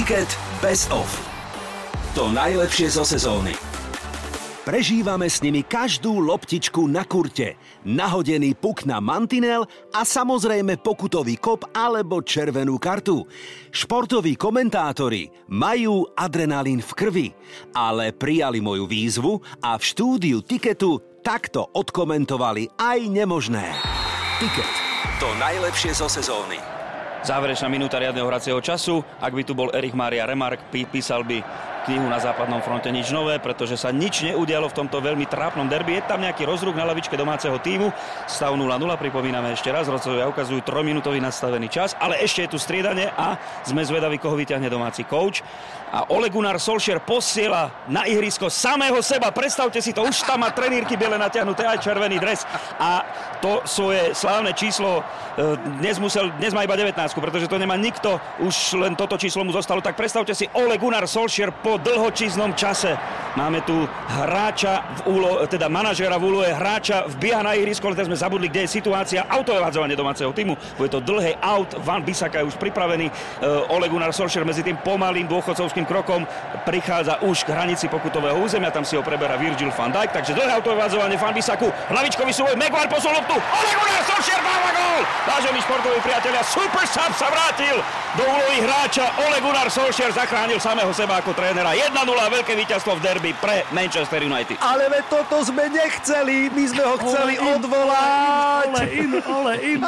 Ticket Best of. To najlepšie zo sezóny. Prežívame s nimi každú loptičku na kurte, nahodený puk na mantinel a samozrejme pokutový kop alebo červenú kartu. Športoví komentátori majú adrenalín v krvi, ale prijali moju výzvu a v štúdiu Ticketu takto odkomentovali aj nemožné. Ticket. To najlepšie zo sezóny. Záverečná minúta riadneho hracieho času. Ak by tu bol Erich Mária Remarque, písal by knihu Na západnom fronte nič nové, pretože sa nič neudialo v tomto veľmi trápnom derby. Je tam nejaký rozruch na lavičke domáceho tímu. Stav 0-0, pripomíname ešte raz. Rodcovia ukazujú 3-minútový nastavený čas, ale ešte je tu striedanie a sme zvedaví, koho vyťahne domáci coach. A Ole Gunnar Solskjaer posiela na ihrisko samého seba. Predstavte si to, už tam má trenírky biele natiahnuté, aj červený dres. A to svoje slávne číslo dnes má iba 19, pretože to nemá nikto. Už len toto číslo mu zostalo. Tak predstavte si Ole Gunnar Solskjaer po dlhočíznom čase. Máme tu hráča teda manažéra v úlohe hráča, vbieha na ihrisko, ale teraz sme zabudli, kde je situácia. Autové vádzovanie domáceho týmu. Bude to dlhé aut. Van Bissaka je už pripravený. Ole Gunnar Solskjaer medzi tým pomalým dôchodcovským krokom prichádza už k hranici pokutového územia, tam si ho preberá Virgil van Dijk, takže dlhé autové vádzovanie Van Bissaku, hlavičkový súboj, Maguire poslal loptu, Ole Gunnar Solskjaer dáva gól! Vážení športoví priatelia, Super Sub sa vrátil do úlohy hráča, Ole Gunnar Solskjaer zachránil samého seba ako trénera. 1-0, veľké víťazstvo v derby pre Manchester United. Ale veď toto sme nechceli, my sme ho chceli odvolať. Ole in.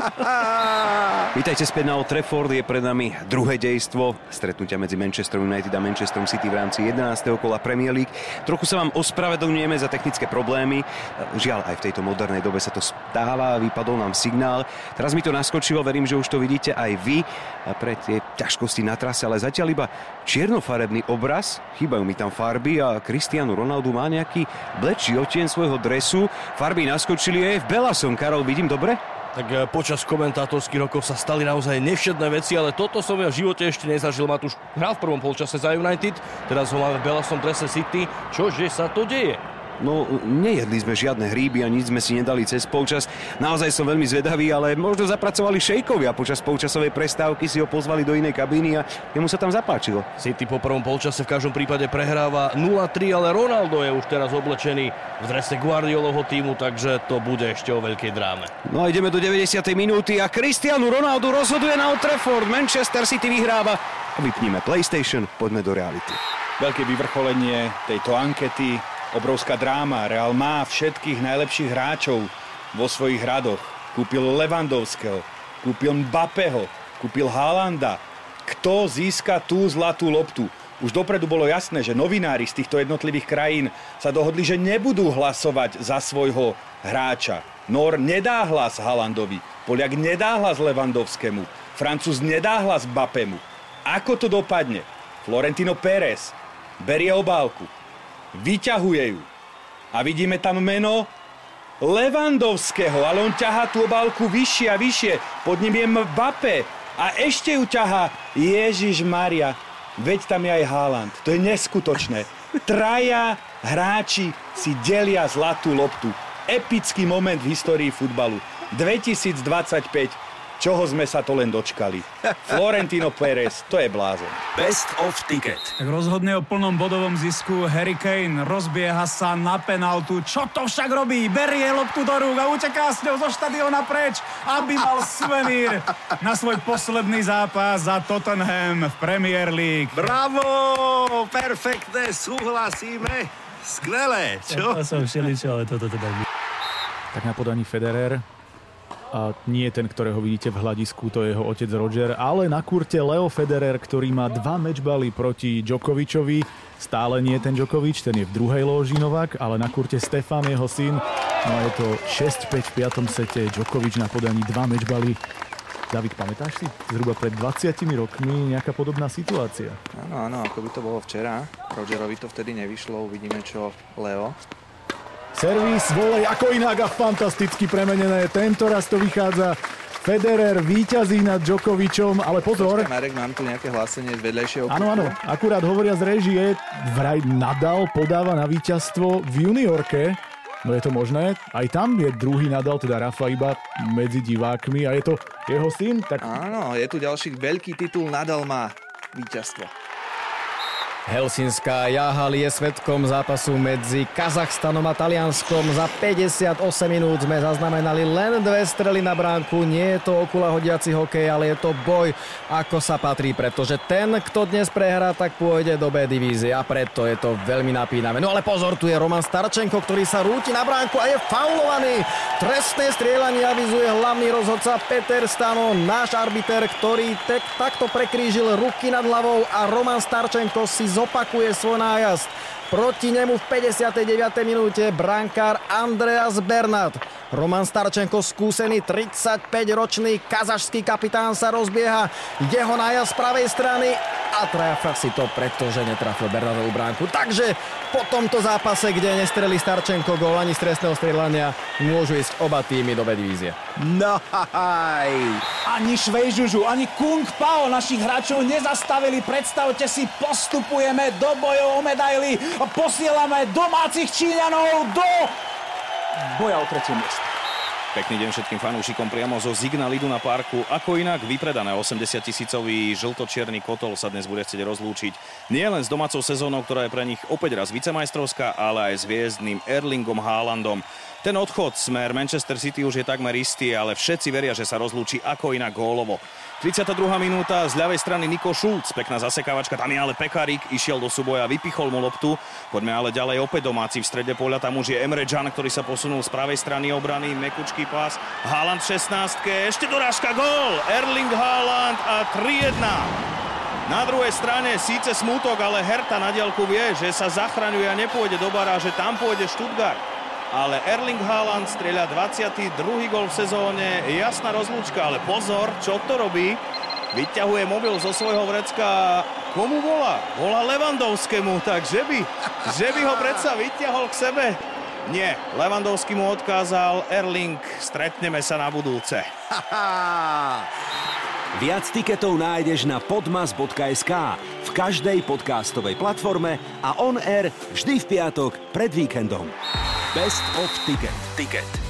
Vítajte späť na Old Trafford, je pred nami druhé dejstvo stretnutia medzi Manchester United a Manchesterom City v rámci 11. kola Premier League. Trochu sa vám ospravedlňujeme za technické problémy. Žiaľ, aj v tejto modernej dobe sa to stáva, vypadol nám signál. Teraz mi to naskočilo, verím, že už to vidíte aj vy pre tie ťažkosti na trase, ale zatiaľ iba čiernofarebný obraz, chýbajú mi tam farby a Cristiano Ronaldo má nejaký bledší odtieň svojho dresu. Farby naskočili aj v belasom. Karol, vidím dobre? Tak počas komentátorských rokov sa stali naozaj nevšetné veci, ale toto som ja v živote ešte nezažil. Matúš hral v prvom polčase za United, teraz ho máme v belasom drese City. Čože sa to deje? No, nejedli sme žiadne hríby a nič sme si nedali cez polčas. Naozaj som veľmi zvedavý, ale možno zapracovali šejkovia. Počas polčasovej prestávky si ho pozvali do inej kabíny a jemu sa tam zapáčilo. City po prvom polčase v každom prípade prehráva 0-3, ale Ronaldo je už teraz oblečený v drese Guardiolovho týmu, takže to bude ešte o veľkej dráme. No a ideme do 90. minúty a Cristiano Ronaldo rozhoduje na Old Trafford. Manchester City vyhráva. Vypníme PlayStation, poďme do reality. Veľké vyvrcholenie tejto ankety. Obrovská dráma. Real má všetkých najlepších hráčov vo svojich radoch. Kúpil Lewandowského, kúpil Mbappého, kúpil Haalanda. Kto získa tú zlatú loptu? Už dopredu bolo jasné, že novinári z týchto jednotlivých krajín sa dohodli, že nebudú hlasovať za svojho hráča. Nor nedá hlas Haalandovi, Poliak nedá hlas Lewandowskému, Francúz nedá hlas Mbappému. Ako to dopadne? Florentino Pérez berie obálku, vyťahuje ju a vidíme tam meno Lewandowského, ale on ťahá tú obálku vyššie a vyššie, pod ním je Mbappé a ešte ju ťahá Ježiš Maria, veď tam je aj Haaland, to je neskutočné. Traja hráči si delia zlatú loptu, epický moment v histórii futbalu 2025. Čoho sme sa to len dočkali. Florentino Pérez, to je blázon. Best of Ticket. Tak rozhodne o plnom bodovom zisku Harry Kane. Rozbieha sa na penaltu. Čo to však robí? Berie loptu do rúk a uteká s ňou zo štadióna preč, aby mal suvenír na svoj posledný zápas za Tottenham v Premier League. Bravo! Perfektné, súhlasíme. Skvelé, čo? Ja som všeličo, ale toto teda... Tak na podaní Federer. A nie ten, ktorého vidíte v hľadisku, to je jeho otec Roger, ale na kurte Leo Federer, ktorý má 2 mečbaly proti Djokovičovi. Stále nie ten Djokovič, ten je v druhej lóži Novák, ale na kurte Stefan, jeho syn. No a je to 6-5 v 5. sete, Djokovič na podaní 2 mečbaly. David, pamätáš si? Zhruba pred 20 rokmi nejaká podobná situácia. Áno, ako by to bolo včera. Rogerovi to vtedy nevyšlo, uvidíme čo Leo. Servis, volej ako inak a fantasticky premenené. Tento raz to vychádza. Federer víťazí nad Djokovičom, ale pozor. Počkaj, Marek, mám tu nejaké hlásenie z vedľajšieho kúta. Áno, akurát hovoria z réžie, vraj Nadal podáva na víťazstvo v juniorke. No je to možné? Aj tam je druhý Nadal, teda Rafa iba medzi divákmi a je to jeho syn? Tak... Áno, je tu ďalší veľký titul, Nadal má víťazstvo. Helsinská Jáhal je svedkom zápasu medzi Kazachstanom a Talianskom. Za 58 minút sme zaznamenali len 2 strely na bránku. Nie je to okulahodiaci hokej, ale je to boj, ako sa patrí, pretože ten, kto dnes prehrá, tak pôjde do B divízie a preto je to veľmi napínavé. No ale pozor, tu je Roman Starčenko, ktorý sa rúti na bránku a je faulovaný. Trestné strieľanie avizuje hlavný rozhodca Peter Stano, náš arbiter, ktorý takto prekrížil ruky nad hlavou a Roman Starčenko si zopakuje svoj nájazd. Proti nemu v 59. minúte brankár Andreas Bernat. Roman Starčenko, skúsený 35-ročný kazašský kapitán, sa rozbieha. Jeho nájazd z pravej strany a trafa si to, pretože netrafil Bernatovú bránku. Takže po tomto zápase, kde nestrelí Starčenko gól ani z trestného strieľania, môžu ísť oba týmy do B divízie. No haj! Ani Švejžužu, ani Kung Pao našich hráčov nezastavili. Predstavte si, postupujeme do bojov o medaily a posielame domácich Číňanov do boja o tretie miesto. Pekný deň všetkým fanúšikom priamo zo Signal Iduna Parku. Ako inak vypredané 80-tisícový žlto-čierny kotol sa dnes bude chcieť rozlúčiť nielen s domácou sezónou, ktorá je pre nich opäť raz vicemajstrovská, ale aj s hviezdnym Erlingom Haalandom. Ten odchod smer Manchester City už je takmer istý, ale všetci veria, že sa rozlúči ako inak gólovo. 32. minúta, z ľavej strany Nico Schulz, pekná zasekávačka, tam je ale Pekarík, išiel do súboja, vypichol mu loptu. Poďme ale ďalej, opäť domáci v strede poľa, tam už je Emre Can, ktorý sa posunul z pravej strany obrany, mekučký pás, Haaland v 16, ešte dorážka, gól, Erling Haaland a 3-1. Na druhej strane síce smútok, ale Hertha na diaľku vie, že sa zachraňuje a nepôjde do baráže, tam pôjde Stuttgart. Ale Erling Haaland strieľa 22. gól v sezóne, jasná rozlúčka, ale pozor, čo to robí? Vyťahuje mobil zo svojho vrecka, komu volá? Volá Lewandowskému, tak že by ho predsa vyťahol k sebe? Nie, Lewandowski mu odkázal, Erling, stretneme sa na budúce. Viac tiketov nájdeš na podmas.sk, v každej podcastovej platforme a on air vždy v piatok pred víkendom. Best of Ticket.